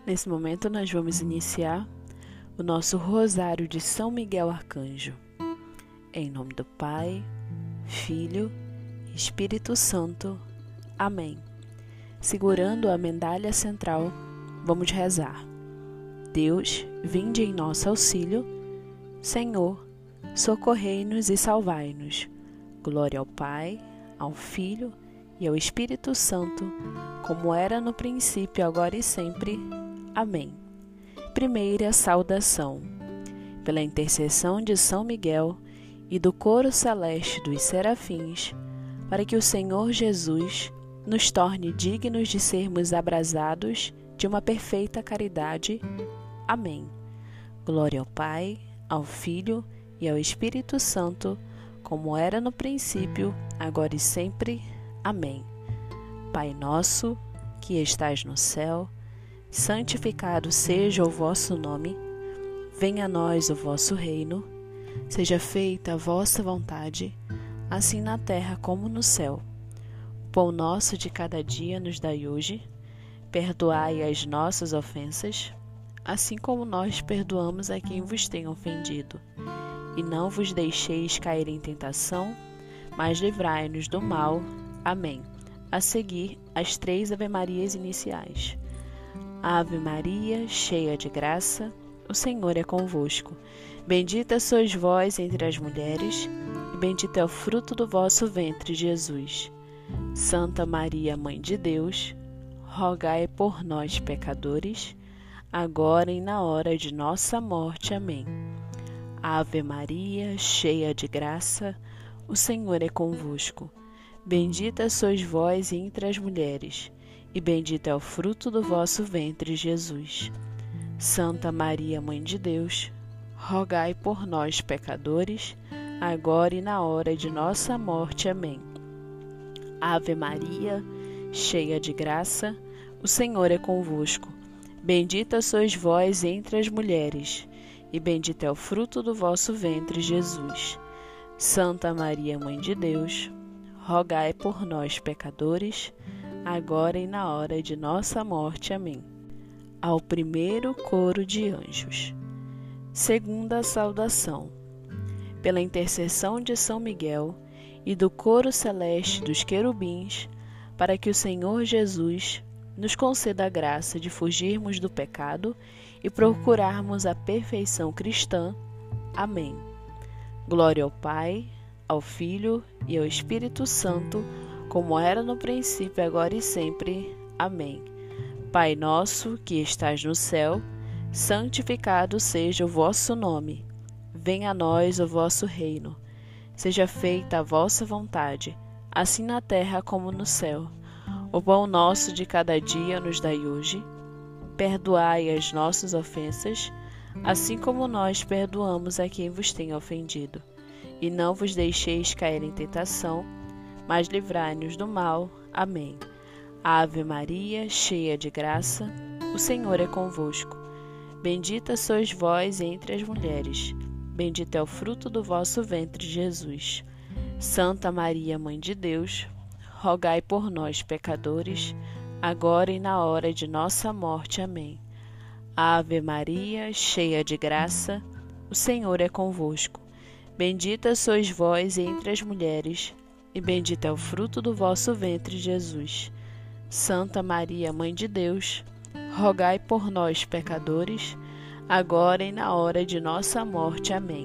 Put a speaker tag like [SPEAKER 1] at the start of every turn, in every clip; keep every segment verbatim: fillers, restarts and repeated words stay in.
[SPEAKER 1] Nesse momento, nós vamos iniciar o nosso Rosário de São Miguel Arcanjo. Em nome do Pai, Filho e Espírito Santo. Amém. Segurando a medalha central, vamos rezar. Deus, vinde em nosso auxílio. Senhor, socorrei-nos e salvai-nos. Glória ao Pai, ao Filho e ao Espírito Santo, como era no princípio, agora e sempre. Amém. Primeira saudação. Pela intercessão de São Miguel e do coro celeste dos serafins, para que o Senhor Jesus nos torne dignos de sermos abrasados de uma perfeita caridade. Amém. Glória ao Pai, ao Filho e ao Espírito Santo, como era no princípio, agora e sempre. Amém. Pai nosso, que estais no céu, santificado seja o vosso nome. Venha a nós o vosso reino. Seja feita a vossa vontade, assim na terra como no céu. O pão nosso de cada dia nos dai hoje. Perdoai as nossas ofensas, assim como nós perdoamos a quem vos tem ofendido. E não vos deixeis cair em tentação, mas livrai-nos do mal. Amém. A seguir, as três Ave-Marias iniciais. Ave Maria, cheia de graça, o Senhor é convosco. Bendita sois vós entre as mulheres, e bendito é o fruto do vosso ventre, Jesus. Santa Maria, Mãe de Deus, rogai por nós, pecadores, agora e na hora de nossa morte. Amém. Ave Maria, cheia de graça, o Senhor é convosco. Bendita sois vós entre as mulheres, e bendito é o fruto do vosso ventre, Jesus. Santa Maria, Mãe de Deus, rogai por nós, pecadores, agora e na hora de nossa morte. Amém. Ave Maria, cheia de graça, o Senhor é convosco. Bendita sois vós entre as mulheres, e bendito é o fruto do vosso ventre, Jesus. Santa Maria, Mãe de Deus, rogai por nós, pecadores, agora e na hora de nossa morte. Amém. Ao primeiro coro de anjos. Segunda saudação. Pela intercessão de São Miguel e do coro celeste dos querubins, para que o Senhor Jesus nos conceda a graça de fugirmos do pecado e procurarmos a perfeição cristã. Amém. Glória ao Pai, ao Filho e ao Espírito Santo, como era no princípio, agora e sempre. Amém. Pai nosso, que estás no céu, santificado seja o vosso nome. Venha a nós o vosso reino. Seja feita a vossa vontade, assim na terra como no céu. O pão nosso de cada dia nos dai hoje. Perdoai as nossas ofensas, assim como nós perdoamos a quem vos tem ofendido. E não vos deixeis cair em tentação, mas livrai-nos do mal. Amém. Ave Maria, cheia de graça, o Senhor é convosco. Bendita sois vós entre as mulheres, bendito é o fruto do vosso ventre, Jesus. Santa Maria, Mãe de Deus, rogai por nós, pecadores, agora e na hora de nossa morte. Amém. Ave Maria, cheia de graça, o Senhor é convosco. Bendita sois vós entre as mulheres, e bendito é o fruto do vosso ventre, Jesus. Santa Maria, Mãe de Deus, rogai por nós, pecadores, agora e na hora de nossa morte. Amém.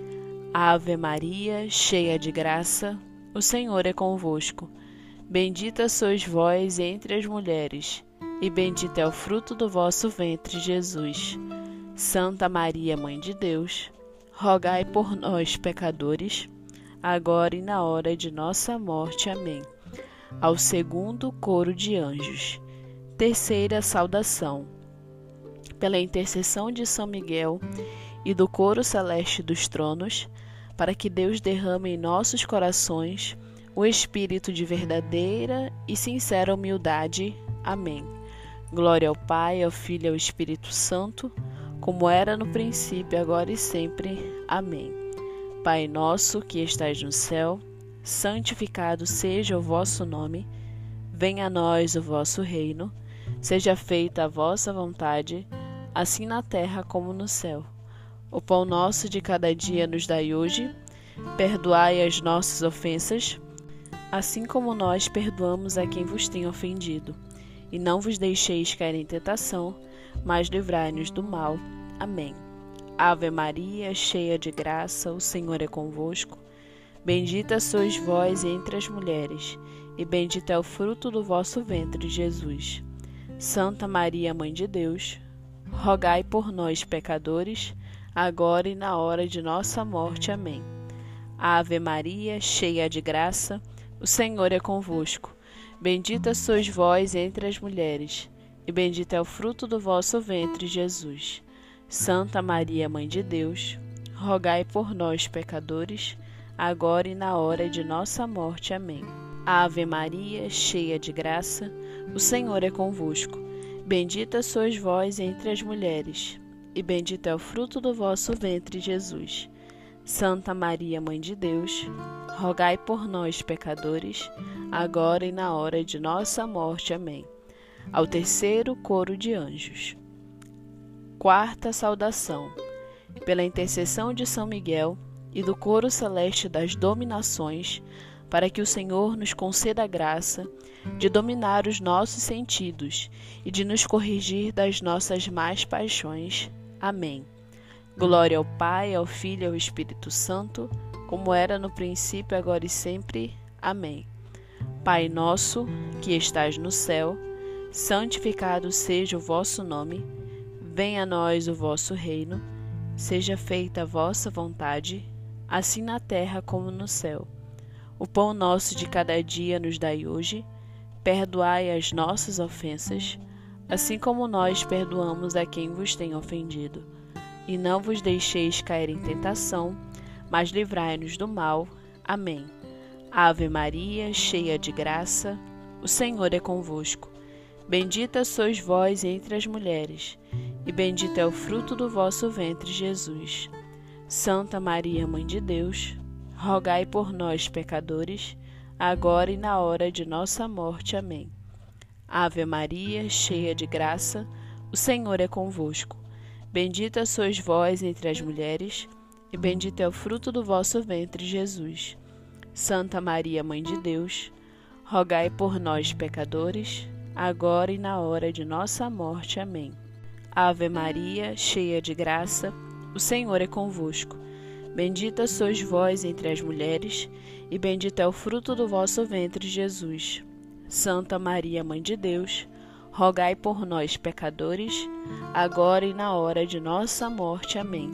[SPEAKER 1] Ave Maria, cheia de graça, o Senhor é convosco. Bendita sois vós entre as mulheres, e bendito é o fruto do vosso ventre, Jesus. Santa Maria, Mãe de Deus, rogai por nós, pecadores, agora e na hora de nossa morte. Amém. Ao segundo coro de anjos. Terceira saudação. Pela intercessão de São Miguel e do coro celeste dos tronos, para que Deus derrame em nossos corações o espírito de verdadeira e sincera humildade. Amém. Glória ao Pai, ao Filho e ao Espírito Santo, como era no princípio, agora e sempre. Amém. Pai nosso, que estais no céu, santificado seja o vosso nome. Venha a nós o vosso reino. Seja feita a vossa vontade, assim na terra como no céu. O pão nosso de cada dia nos dai hoje. Perdoai as nossas ofensas, assim como nós perdoamos a quem vos tem ofendido. E não vos deixeis cair em tentação, mas livrai-nos do mal. Amém. Ave Maria, cheia de graça, o Senhor é convosco. Bendita sois vós entre as mulheres, e bendito é o fruto do vosso ventre, Jesus. Santa Maria, Mãe de Deus, rogai por nós, pecadores, agora e na hora de nossa morte. Amém. Ave Maria, cheia de graça, o Senhor é convosco. Bendita sois vós entre as mulheres, e bendito é o fruto do vosso ventre, Jesus. Santa Maria, Mãe de Deus, rogai por nós, pecadores, agora e na hora de nossa morte. Amém. Ave Maria, cheia de graça, o Senhor é convosco. Bendita sois vós entre as mulheres, e bendito é o fruto do vosso ventre, Jesus. Santa Maria, Mãe de Deus, rogai por nós, pecadores, agora e na hora de nossa morte. Amém. Ao terceiro coro de anjos. Quarta saudação. Pela intercessão de São Miguel e do coro celeste das dominações, para que o Senhor nos conceda a graça de dominar os nossos sentidos e de nos corrigir das nossas más paixões. Amém. Glória ao Pai, ao Filho e ao Espírito Santo, como era no princípio, agora e sempre. Amém. Pai nosso, que estais no céu, santificado seja o vosso nome. Venha a nós o vosso reino. Seja feita a vossa vontade, assim na terra como no céu. O pão nosso de cada dia nos dai hoje. Perdoai as nossas ofensas, assim como nós perdoamos a quem vos tem ofendido. E não vos deixeis cair em tentação, mas livrai-nos do mal. Amém. Ave Maria, cheia de graça, o Senhor é convosco. Bendita sois vós entre as mulheres, e bendito é o fruto do vosso ventre, Jesus. Santa Maria, Mãe de Deus, rogai por nós, pecadores, agora e na hora de nossa morte. Amém. Ave Maria, cheia de graça, o Senhor é convosco. Bendita sois vós entre as mulheres, e bendito é o fruto do vosso ventre, Jesus. Santa Maria, Mãe de Deus, rogai por nós, pecadores, agora e na hora de nossa morte. Amém. Ave Maria, cheia de graça, o Senhor é convosco. Bendita sois vós entre as mulheres, e bendito é o fruto do vosso ventre, Jesus. Santa Maria, Mãe de Deus, rogai por nós, pecadores, agora e na hora de nossa morte. Amém.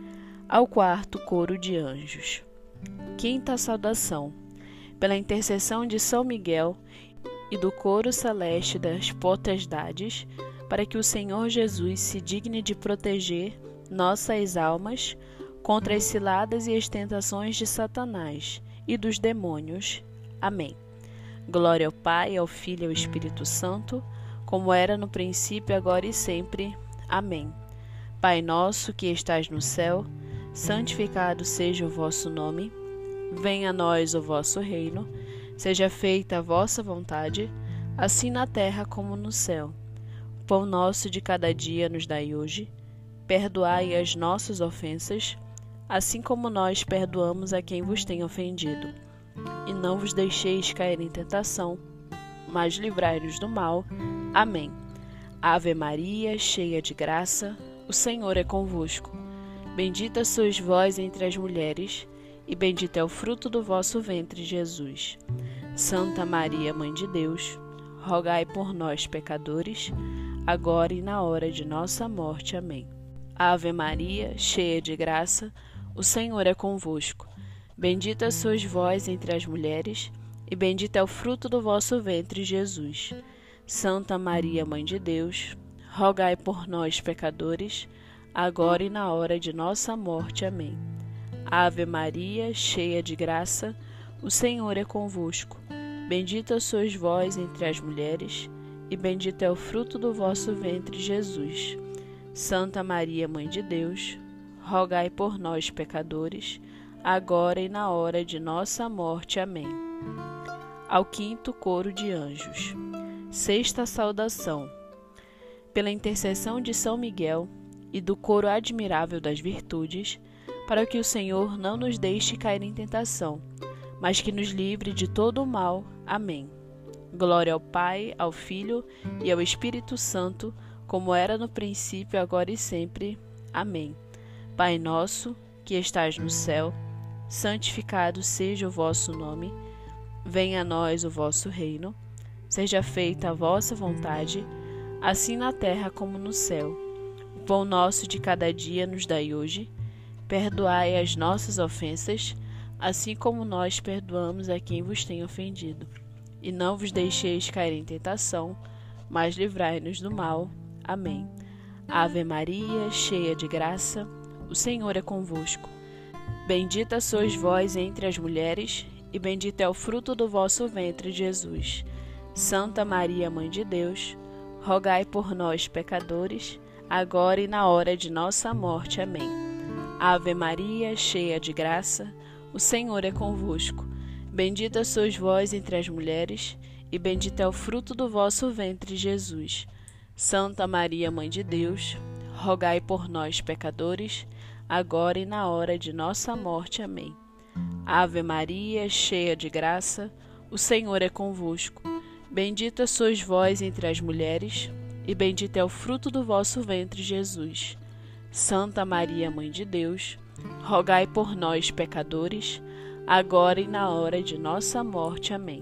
[SPEAKER 1] Ao quarto coro de anjos. Quinta saudação. Pela intercessão de São Miguel e do coro celeste das potestades, para que o Senhor Jesus se digne de proteger nossas almas contra as ciladas e as tentações de Satanás e dos demônios. Amém. Glória ao Pai, ao Filho e ao Espírito Santo, como era no princípio, agora e sempre. Amém. Pai nosso que estais no céu, santificado seja o vosso nome. Venha a nós o vosso reino. Seja feita a vossa vontade, assim na terra como no céu. O pão nosso de cada dia nos dai hoje. Perdoai as nossas ofensas, assim como nós perdoamos a quem vos tem ofendido. E não vos deixeis cair em tentação, mas livrai-nos do mal. Amém. Ave Maria, cheia de graça, o Senhor é convosco. Bendita sois vós entre as mulheres, e bendito é o fruto do vosso ventre, Jesus. Santa Maria, Mãe de Deus, rogai por nós, pecadores, agora e na hora de nossa morte. Amém. Ave Maria, cheia de graça, o Senhor é convosco. Bendita sois vós entre as mulheres, e bendito é o fruto do vosso ventre, Jesus. Santa Maria, Mãe de Deus, rogai por nós, pecadores, agora e na hora de nossa morte. Amém. Ave Maria, cheia de graça, o Senhor é convosco. Bendita sois vós entre as mulheres, e bendito é o fruto do vosso ventre, Jesus. Santa Maria, Mãe de Deus, rogai por nós, pecadores, agora e na hora de nossa morte. Amém. Ao quinto coro de anjos. Sexta saudação. pela intercessão de São Miguel e do coro admirável das virtudes, para que o Senhor não nos deixe cair em tentação, mas que nos livre de todo o mal. Amém. Glória ao Pai, ao Filho e ao Espírito Santo, como era no princípio, agora e sempre. Amém. Pai nosso, que estais no céu, santificado seja o vosso nome. Venha a nós o vosso reino. Seja feita a vossa vontade, assim na terra como no céu. O pão nosso de cada dia nos dai hoje. Perdoai as nossas ofensas, assim como nós perdoamos a quem vos tem ofendido. E não vos deixeis cair em tentação, mas livrai-nos do mal. Amém. Ave Maria, cheia de graça, o Senhor é convosco. Bendita sois vós entre as mulheres, e bendito é o fruto do vosso ventre, Jesus. Santa Maria, Mãe de Deus, rogai por nós, pecadores, agora e na hora de nossa morte. Amém. Ave Maria, cheia de graça, o Senhor é convosco. Bendita sois vós entre as mulheres, e bendito é o fruto do vosso ventre, Jesus. Santa Maria, Mãe de Deus, rogai por nós, pecadores, agora e na hora de nossa morte. Amém. Ave Maria, cheia de graça, o Senhor é convosco. Bendita sois vós entre as mulheres, e bendito é o fruto do vosso ventre, Jesus. Santa Maria, Mãe de Deus, rogai por nós, pecadores, agora e na hora de nossa morte. Amém.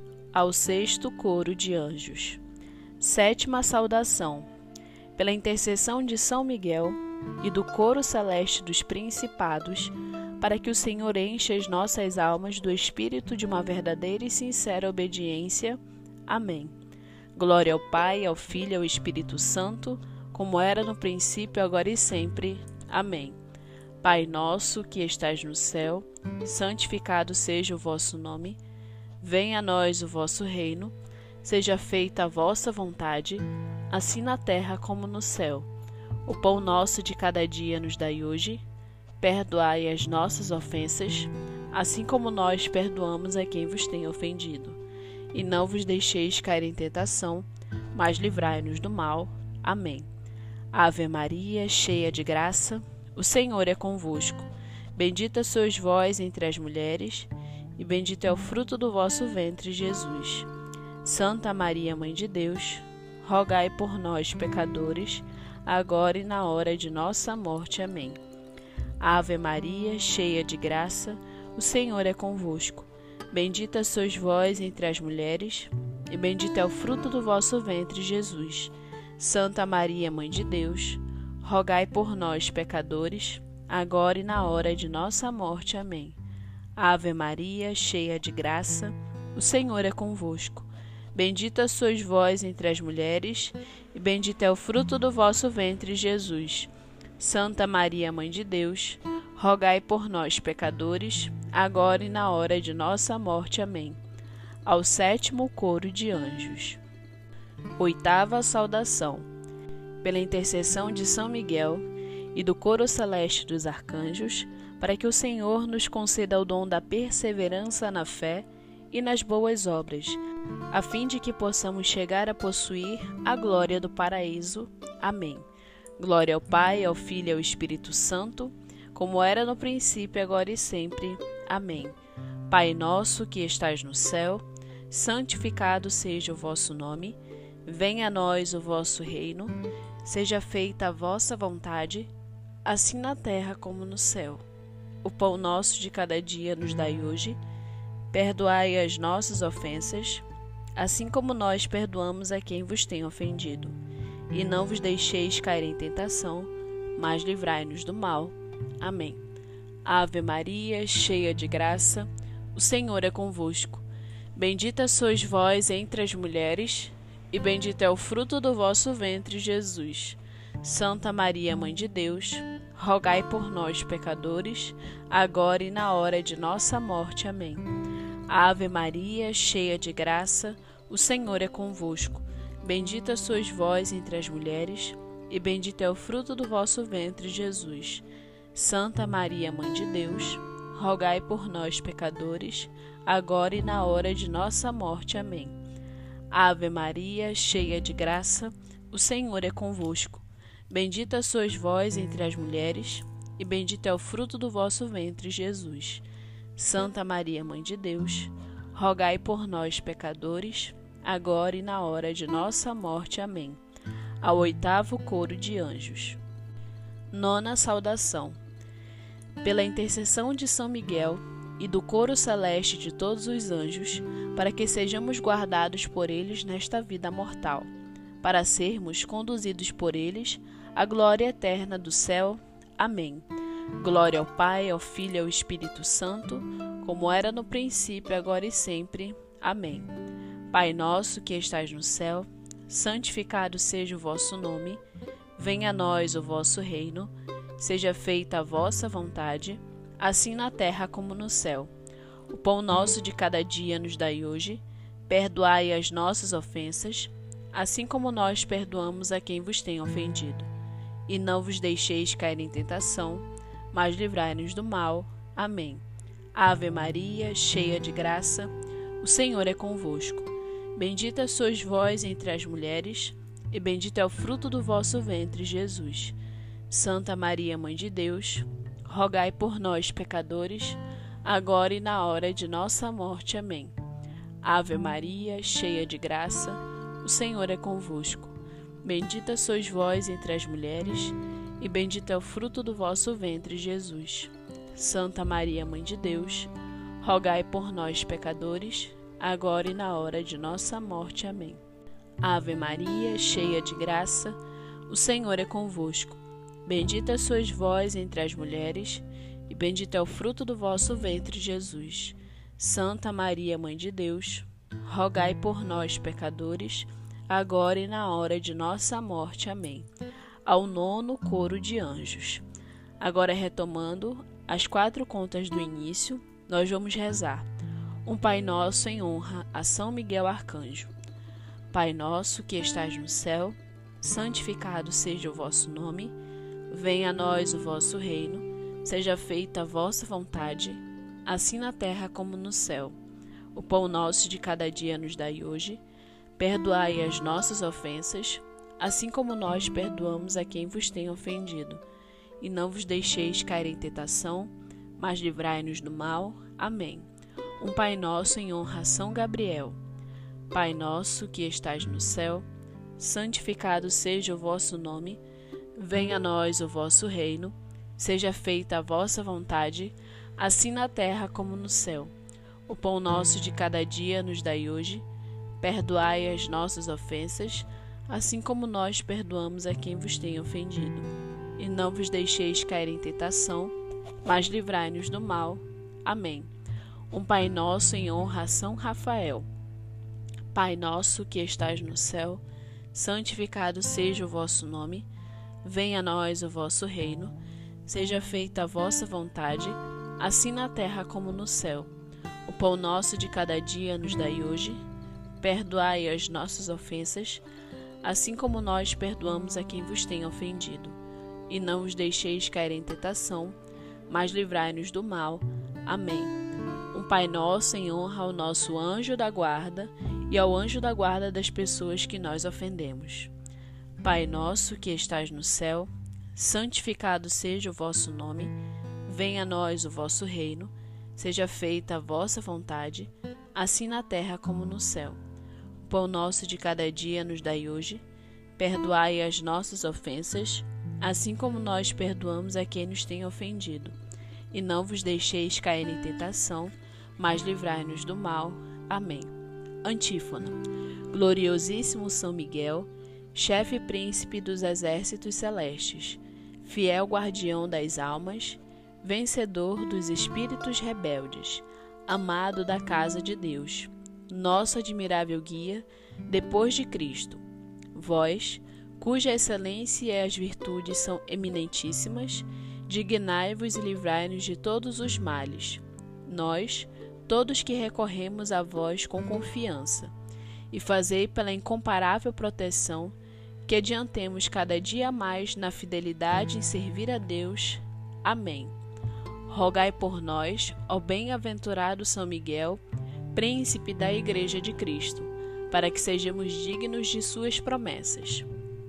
[SPEAKER 1] Ao sexto coro de anjos. Sétima saudação. Pela intercessão de São Miguel e do coro celeste dos principados, para que o Senhor encha as nossas almas do espírito de uma verdadeira e sincera obediência. Amém. Glória ao Pai, ao Filho e ao Espírito Santo, como era no princípio, agora e sempre. Amém. Pai nosso, que estais no céu, santificado seja o vosso nome. Venha a nós o vosso reino. Seja feita a vossa vontade, assim na terra como no céu. O pão nosso de cada dia nos dai hoje. Perdoai as nossas ofensas, assim como nós perdoamos a quem vos tem ofendido. E não vos deixeis cair em tentação, mas livrai-nos do mal. Amém. Ave Maria, cheia de graça, o Senhor é convosco. Bendita sois vós entre as mulheres, e bendito é o fruto do vosso ventre, Jesus. Santa Maria, Mãe de Deus, rogai por nós, pecadores, agora e na hora de nossa morte. Amém. Ave Maria, cheia de graça, o Senhor é convosco. Bendita sois vós entre as mulheres, e bendito é o fruto do vosso ventre, Jesus. Santa Maria, Mãe de Deus, rogai por nós, pecadores, agora e na hora de nossa morte. Amém. Ave Maria, cheia de graça, o Senhor é convosco. Bendita sois vós entre as mulheres, e bendito é o fruto do vosso ventre, Jesus. Santa Maria, Mãe de Deus, rogai por nós, pecadores, agora e na hora de nossa morte. Amém. Ao sétimo coro de anjos. Oitava saudação. Pela intercessão de São Miguel e do coro celeste dos arcanjos, para que o Senhor nos conceda o dom da perseverança na fé e nas boas obras, a fim de que possamos chegar a possuir a glória do paraíso. Amém. Glória ao Pai, ao Filho e ao Espírito Santo, como era no princípio, agora e sempre. Amém. Pai nosso, que estais no céu, santificado seja o vosso nome. Venha a nós o vosso reino. Seja feita a vossa vontade, assim na terra como no céu. O pão nosso de cada dia nos dai hoje. Perdoai as nossas ofensas, assim como nós perdoamos a quem vos tem ofendido. E não vos deixeis cair em tentação, mas livrai-nos do mal. Amém. Ave Maria, cheia de graça, o Senhor é convosco. Bendita sois vós entre as mulheres, e bendito é o fruto do vosso ventre, Jesus. Santa Maria, Mãe de Deus, rogai por nós, pecadores, agora e na hora de nossa morte. Amém. Ave Maria, cheia de graça, o Senhor é convosco. Bendita sois vós entre as mulheres, e bendito é o fruto do vosso ventre, Jesus. Santa Maria, Mãe de Deus, rogai por nós, pecadores, agora e na hora de nossa morte. Amém. Ave Maria, cheia de graça, o Senhor é convosco. Bendita sois vós entre as mulheres, e bendito é o fruto do vosso ventre, Jesus. Santa Maria, Mãe de Deus, rogai por nós, pecadores, agora e na hora de nossa morte. Amém. Ao oitavo coro de anjos. Nona saudação. Pela intercessão de São Miguel e do coro celeste de todos os anjos, para que sejamos guardados por eles nesta vida mortal, para sermos conduzidos por eles à glória eterna do céu. Amém. Glória ao Pai, ao Filho e ao Espírito Santo, como era no princípio, agora e sempre. Amém. Pai nosso que estais no céu, santificado seja o vosso nome. Venha a nós o vosso reino. Seja feita a vossa vontade, assim na terra como no céu. O pão nosso de cada dia nos dai hoje. Perdoai as nossas ofensas, assim como nós perdoamos a quem vos tem ofendido. E não vos deixeis cair em tentação, mas livrai-nos do mal. Amém. Ave Maria, cheia de graça, o Senhor é convosco. Bendita sois vós entre as mulheres, e bendito é o fruto do vosso ventre, Jesus. Santa Maria, Mãe de Deus, rogai por nós, pecadores, agora e na hora de nossa morte. Amém. Ave Maria, cheia de graça, o Senhor é convosco. Bendita sois vós entre as mulheres, e bendito é o fruto do vosso ventre, Jesus. Santa Maria, Mãe de Deus, rogai por nós, pecadores, agora e na hora de nossa morte. Amém. Ave Maria, cheia de graça, o Senhor é convosco. Bendita sois vós entre as mulheres, e bendito é o fruto do vosso ventre, Jesus. Santa Maria, Mãe de Deus, rogai por nós, pecadores, agora e na hora de nossa morte. Amém. Ao nono coro de anjos. Agora, retomando as quatro contas do início, nós vamos rezar um Pai Nosso em honra a São Miguel Arcanjo. Pai nosso que estais no céu, santificado seja o vosso nome. Venha a nós o vosso reino, seja feita a vossa vontade, assim na terra como no céu. O pão nosso de cada dia nos dai hoje. Perdoai as nossas ofensas, assim como nós perdoamos a quem vos tem ofendido. E não vos deixeis cair em tentação, mas livrai-nos do mal. Amém. Um Pai Nosso em honra a São Gabriel. Pai nosso que estais no céu, santificado seja o vosso nome. Venha a nós o vosso reino, seja feita a vossa vontade, assim na terra como no céu. O pão nosso de cada dia nos dai hoje. Perdoai as nossas ofensas, assim como nós perdoamos a quem vos tem ofendido. E não vos deixeis cair em tentação, mas livrai-nos do mal. Amém. Um Pai Nosso em honra a São Rafael. Pai nosso que estais no céu, santificado seja o vosso nome. Venha a nós o vosso reino, seja feita a vossa vontade, assim na terra como no céu. O pão nosso de cada dia nos dai hoje. Perdoai as nossas ofensas, assim como nós perdoamos a quem vos tem ofendido. E não os deixeis cair em tentação, mas livrai-nos do mal. Amém. Um Pai Nosso em honra ao nosso anjo da guarda e ao anjo da guarda das pessoas que nós ofendemos. Pai nosso que estais no céu, santificado seja o vosso nome. Venha a nós o vosso reino, seja feita a vossa vontade, assim na terra como no céu. O pão nosso de cada dia nos dai hoje. Perdoai as nossas ofensas, assim como nós perdoamos a quem nos tem ofendido. E não vos deixeis cair em tentação, mas livrai-nos do mal. Amém. Antífona. Gloriosíssimo São Miguel, chefe e príncipe dos exércitos celestes, fiel guardião das almas, vencedor dos espíritos rebeldes, amado da casa de Deus, nosso admirável guia, depois de Cristo, vós, cuja excelência e as virtudes são eminentíssimas, dignai-vos e livrai-nos de todos os males. Nós, todos que recorremos a vós com confiança, e fazei pela incomparável proteção que adiantemos cada dia mais na fidelidade em servir a Deus. Amém. Rogai por nós, ó bem-aventurado São Miguel, príncipe da Igreja de Cristo, para que sejamos dignos de suas promessas.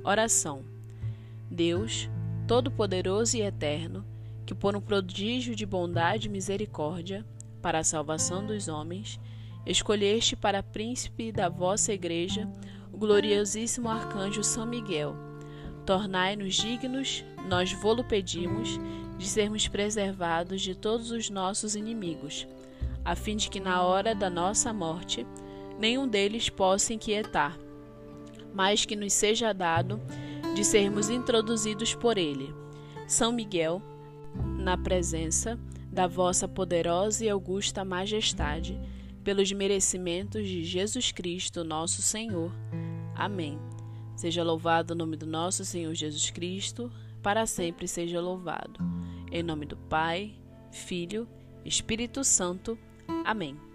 [SPEAKER 1] Oração. Deus, Todo-Poderoso e Eterno, que por um prodígio de bondade e misericórdia, para a salvação dos homens, escolheste para príncipe da vossa Igreja o gloriosíssimo arcanjo São Miguel. Tornai-nos dignos, nós vô-lo pedimos, de sermos preservados de todos os nossos inimigos, a fim de que na hora da nossa morte nenhum deles possa inquietar, mas que nos seja dado de sermos introduzidos por ele. São Miguel, na presença da vossa poderosa e augusta majestade, pelos merecimentos de Jesus Cristo, nosso Senhor. Amém. Seja louvado o nome do nosso Senhor Jesus Cristo, para sempre seja louvado. Em nome do Pai, Filho, Espírito Santo. Amém.